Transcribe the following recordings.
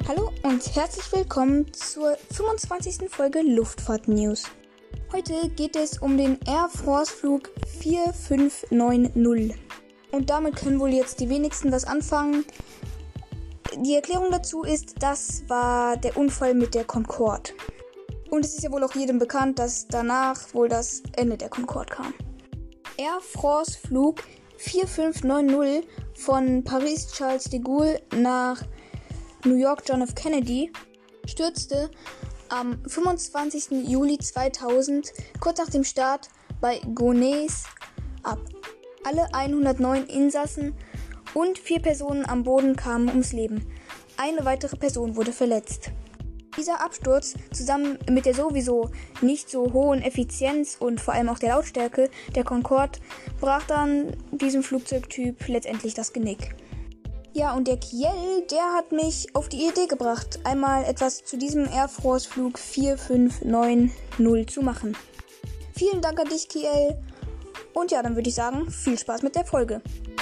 Hallo und herzlich willkommen zur 25. Folge Luftfahrt News. Heute geht es um den Air Force Flug 4590. Und damit können wohl jetzt die wenigsten was anfangen. Die Erklärung dazu ist, das war der Unfall mit der Concorde. Und es ist ja wohl auch jedem bekannt, dass danach wohl das Ende der Concorde kam. Air Force Flug 4590 von Paris Charles de Gaulle nach New York John F. Kennedy stürzte am 25. Juli 2000 kurz nach dem Start bei Gonesse ab. Alle 109 Insassen und 4 Personen am Boden kamen ums Leben. Eine weitere Person wurde verletzt. Dieser Absturz, zusammen mit der sowieso nicht so hohen Effizienz und vor allem auch der Lautstärke der Concorde, brach dann diesem Flugzeugtyp letztendlich das Genick. Ja, und der Kiel, der hat mich auf die Idee gebracht, einmal etwas zu diesem Air Force Flug 4590 zu machen. Vielen Dank an dich, Kiel. Und ja, dann würde ich sagen, viel Spaß mit der Folge.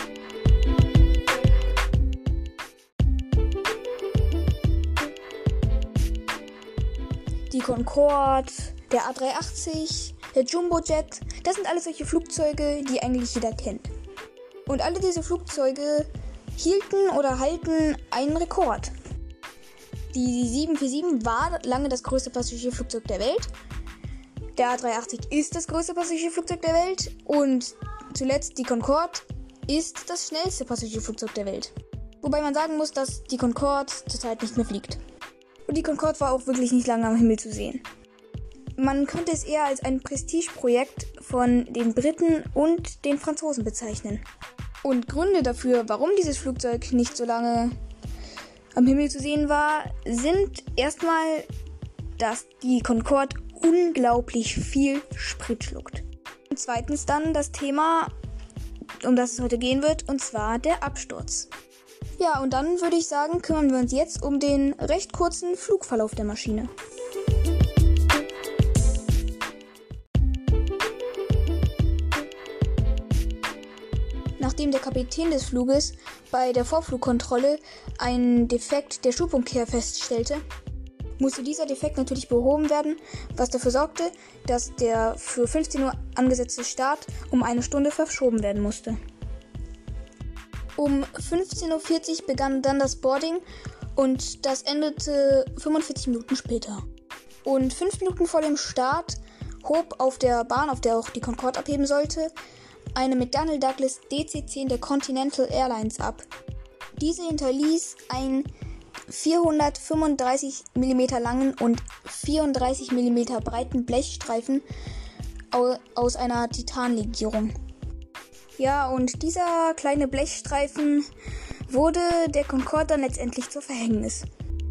Die Concorde, der A380, der Jumbojet, das sind alles solche Flugzeuge, die eigentlich jeder kennt. Und alle diese Flugzeuge hielten oder halten einen Rekord. Die 747 war lange das größte Passagierflugzeug der Welt. Der A380 ist das größte Passagierflugzeug der Welt. Und zuletzt die Concorde ist das schnellste Passagierflugzeug der Welt. Wobei man sagen muss, dass die Concorde zurzeit nicht mehr fliegt. Und die Concorde war auch wirklich nicht lange am Himmel zu sehen. Man könnte es eher als ein Prestigeprojekt von den Briten und den Franzosen bezeichnen. Und Gründe dafür, warum dieses Flugzeug nicht so lange am Himmel zu sehen war, sind erstmal, dass die Concorde unglaublich viel Sprit schluckt. Und zweitens dann das Thema, um das es heute gehen wird, und zwar der Absturz. Ja, und dann würde ich sagen, kümmern wir uns jetzt um den recht kurzen Flugverlauf der Maschine. Nachdem der Kapitän des Fluges bei der Vorflugkontrolle einen Defekt der Schubumkehr feststellte, musste dieser Defekt natürlich behoben werden, was dafür sorgte, dass der für 15 Uhr angesetzte Start um eine Stunde verschoben werden musste. Um 15.40 Uhr begann dann das Boarding und das endete 45 Minuten später. Und 5 Minuten vor dem Start hob auf der Bahn, auf der auch die Concorde abheben sollte, eine McDonnell Douglas DC-10 der Continental Airlines ab. Diese hinterließ einen 435 mm langen und 34 mm breiten Blechstreifen aus einer Titanlegierung. Ja, und dieser kleine Blechstreifen wurde der Concorde dann letztendlich zum Verhängnis.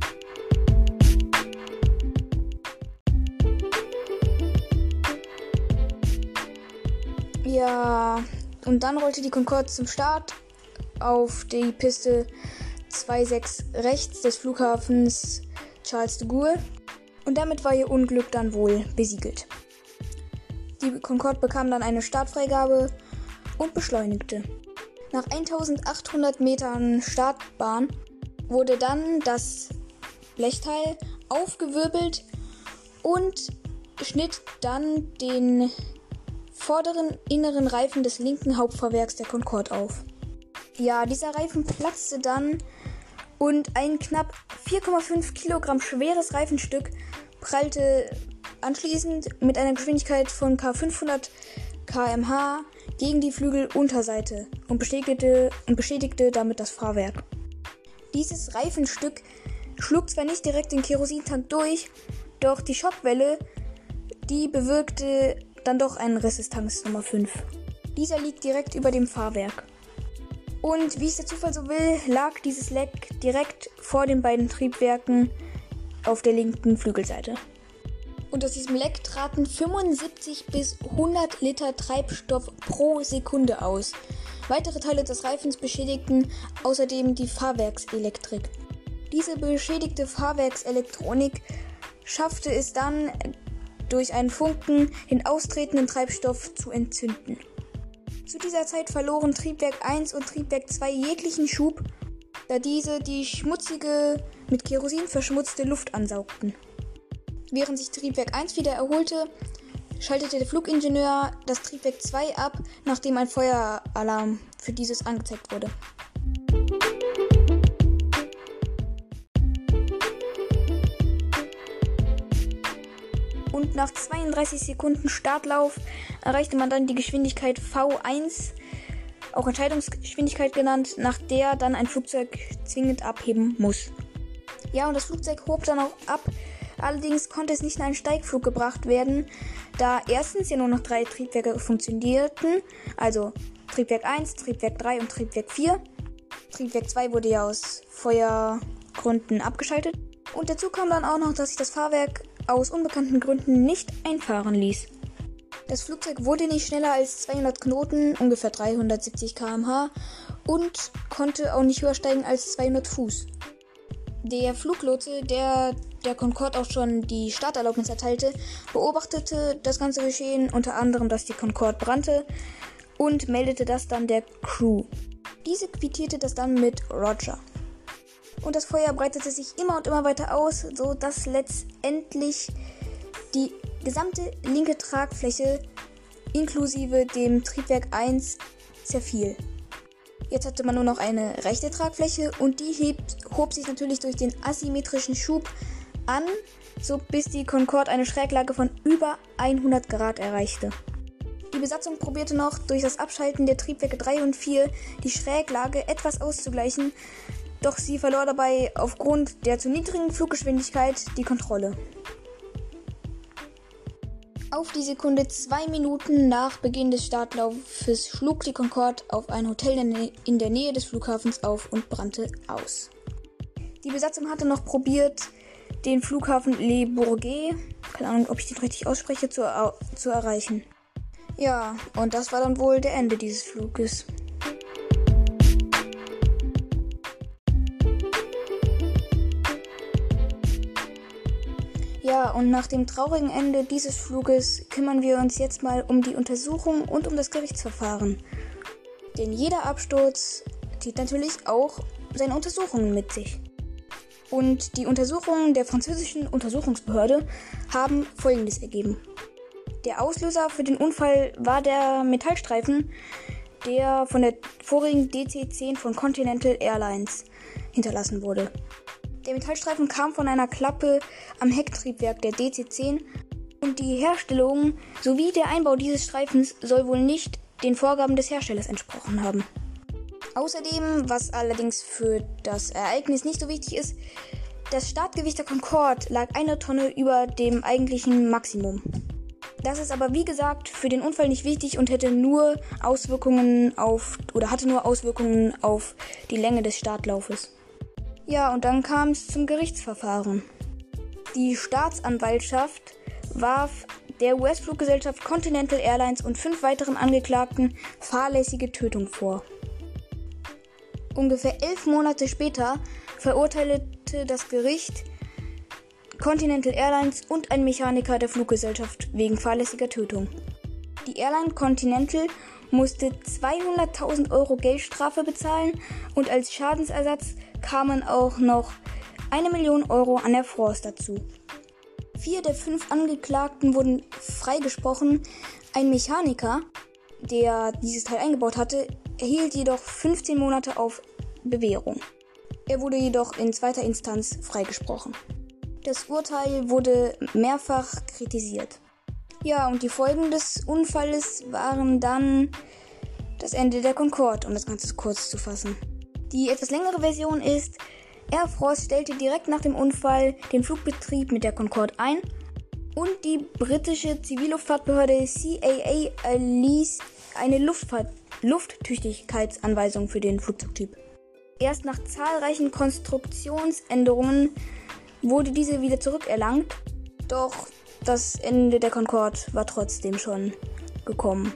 Ja, und dann rollte die Concorde zum Start auf die Piste 26 rechts des Flughafens Charles de Gaulle und damit war ihr Unglück dann wohl besiegelt. Die Concorde bekam dann eine Startfreigabe und beschleunigte. Nach 1800 Metern Startbahn wurde dann das Blechteil aufgewirbelt und schnitt dann den vorderen inneren Reifen des linken Hauptfahrwerks der Concorde auf. Ja, dieser Reifen platzte dann und ein knapp 4,5 Kilogramm schweres Reifenstück prallte anschließend mit einer Geschwindigkeit von 500 km/h gegen die Flügelunterseite und beschädigte damit das Fahrwerk. Dieses Reifenstück schlug zwar nicht direkt den Kerosintank durch, doch die Schockwelle, die bewirkte dann doch einen Riss des Tanks Nummer 5. Dieser liegt direkt über dem Fahrwerk. Und wie es der Zufall so will, lag dieses Leck direkt vor den beiden Triebwerken auf der linken Flügelseite. Und aus diesem Leck traten 75 bis 100 Liter Treibstoff pro Sekunde aus. Weitere Teile des Reifens beschädigten außerdem die Fahrwerkselektrik. Diese beschädigte Fahrwerkselektronik schaffte es dann, durch einen Funken den austretenden Treibstoff zu entzünden. Zu dieser Zeit verloren Triebwerk 1 und Triebwerk 2 jeglichen Schub, da diese die schmutzige, mit Kerosin verschmutzte Luft ansaugten. Während sich Triebwerk 1 wieder erholte, schaltete der Flugingenieur das Triebwerk 2 ab, nachdem ein Feueralarm für dieses angezeigt wurde. Und nach 32 Sekunden Startlauf erreichte man dann die Geschwindigkeit V1, auch Entscheidungsgeschwindigkeit genannt, nach der dann ein Flugzeug zwingend abheben muss. Ja, und das Flugzeug hob dann auch ab. Allerdings konnte es nicht in einen Steigflug gebracht werden, da erstens ja nur noch 3 Triebwerke funktionierten, also Triebwerk 1, Triebwerk 3 und Triebwerk 4. Triebwerk 2 wurde ja aus Feuergründen abgeschaltet. Und dazu kam dann auch noch, dass sich das Fahrwerk aus unbekannten Gründen nicht einfahren ließ. Das Flugzeug wurde nicht schneller als 200 Knoten, ungefähr 370 km/h, und konnte auch nicht höher steigen als 200 Fuß. Der Fluglotse, der Concorde auch schon die Starterlaubnis erteilte, beobachtete das ganze Geschehen, unter anderem, dass die Concorde brannte, und meldete das dann der Crew. Diese quittierte das dann mit Roger. Und das Feuer breitete sich immer und immer weiter aus, so dass letztendlich die gesamte linke Tragfläche inklusive dem Triebwerk 1 zerfiel. Jetzt hatte man nur noch eine rechte Tragfläche und die hob sich natürlich durch den asymmetrischen Schub an, so bis die Concorde eine Schräglage von über 100 Grad erreichte. Die Besatzung probierte noch durch das Abschalten der Triebwerke 3 und 4 die Schräglage etwas auszugleichen, doch sie verlor dabei aufgrund der zu niedrigen Fluggeschwindigkeit die Kontrolle. Auf die Sekunde 2 Minuten nach Beginn des Startlaufes schlug die Concorde auf ein Hotel in der Nähe des Flughafens auf und brannte aus. Die Besatzung hatte noch probiert, den Flughafen Le Bourget, keine Ahnung, ob ich den richtig ausspreche, zu erreichen. Ja, und das war dann wohl der Ende dieses Fluges. Ja, und nach dem traurigen Ende dieses Fluges kümmern wir uns jetzt mal um die Untersuchung und um das Gerichtsverfahren. Denn jeder Absturz zieht natürlich auch seine Untersuchungen mit sich. Und die Untersuchungen der französischen Untersuchungsbehörde haben Folgendes ergeben. Der Auslöser für den Unfall war der Metallstreifen, der von der vorigen DC-10 von Continental Airlines hinterlassen wurde. Der Metallstreifen kam von einer Klappe am Hecktriebwerk der DC-10 und die Herstellung sowie der Einbau dieses Streifens soll wohl nicht den Vorgaben des Herstellers entsprochen haben. Außerdem, was allerdings für das Ereignis nicht so wichtig ist, das Startgewicht der Concorde lag 1 Tonne über dem eigentlichen Maximum. Das ist aber wie gesagt für den Unfall nicht wichtig und hatte nur Auswirkungen auf die Länge des Startlaufes. Ja, und dann kam es zum Gerichtsverfahren. Die Staatsanwaltschaft warf der US-Fluggesellschaft Continental Airlines und 5 weiteren Angeklagten fahrlässige Tötung vor. Ungefähr 11 Monate später verurteilte das Gericht Continental Airlines und einen Mechaniker der Fluggesellschaft wegen fahrlässiger Tötung. Die Airline Continental musste 200.000 € Geldstrafe bezahlen und als Schadensersatz kamen auch noch 1 Million € an Air France dazu. 4 der 5 Angeklagten wurden freigesprochen. Ein Mechaniker, der dieses Teil eingebaut hatte, erhielt jedoch 15 Monate auf Bewährung. Er wurde jedoch in zweiter Instanz freigesprochen. Das Urteil wurde mehrfach kritisiert. Ja, und die Folgen des Unfalles waren dann das Ende der Concorde, um das Ganze kurz zu fassen. Die etwas längere Version ist, Air France stellte direkt nach dem Unfall den Flugbetrieb mit der Concorde ein und die britische Zivilluftfahrtbehörde CAA erließ eine Lufttüchtigkeitsanweisung für den Flugzeugtyp. Erst nach zahlreichen Konstruktionsänderungen wurde diese wieder zurückerlangt, doch das Ende der Concorde war trotzdem schon gekommen.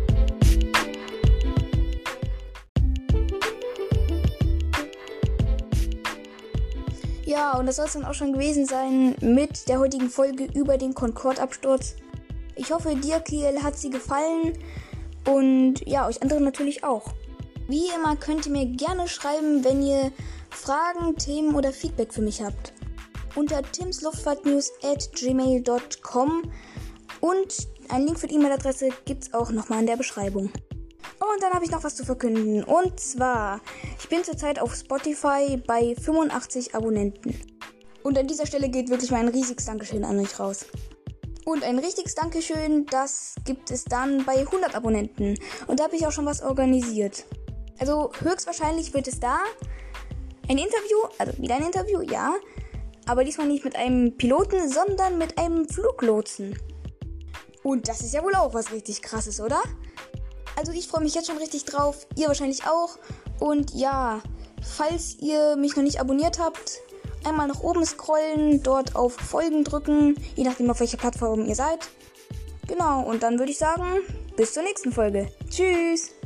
Ja, und das soll es dann auch schon gewesen sein mit der heutigen Folge über den Concorde-Absturz. Ich hoffe, dir, Kiel, hat sie gefallen und ja, euch anderen natürlich auch. Wie immer könnt ihr mir gerne schreiben, wenn ihr Fragen, Themen oder Feedback für mich habt. Unter timsluftfahrtnews@gmail.com und einen Link für die E-Mail-Adresse gibt es auch nochmal in der Beschreibung. Und dann habe ich noch was zu verkünden. Und zwar, ich bin zurzeit auf Spotify bei 85 Abonnenten. Und an dieser Stelle geht wirklich mal ein riesiges Dankeschön an euch raus. Und ein richtiges Dankeschön, das gibt es dann bei 100 Abonnenten. Und da habe ich auch schon was organisiert. Also höchstwahrscheinlich wird es da ein Interview, also wieder ein Interview, ja. Aber diesmal nicht mit einem Piloten, sondern mit einem Fluglotsen. Und das ist ja wohl auch was richtig Krasses, oder? Also ich freue mich jetzt schon richtig drauf, ihr wahrscheinlich auch. Und ja, falls ihr mich noch nicht abonniert habt, einmal nach oben scrollen, dort auf Folgen drücken, je nachdem auf welcher Plattform ihr seid. Genau, und dann würde ich sagen, bis zur nächsten Folge. Tschüss!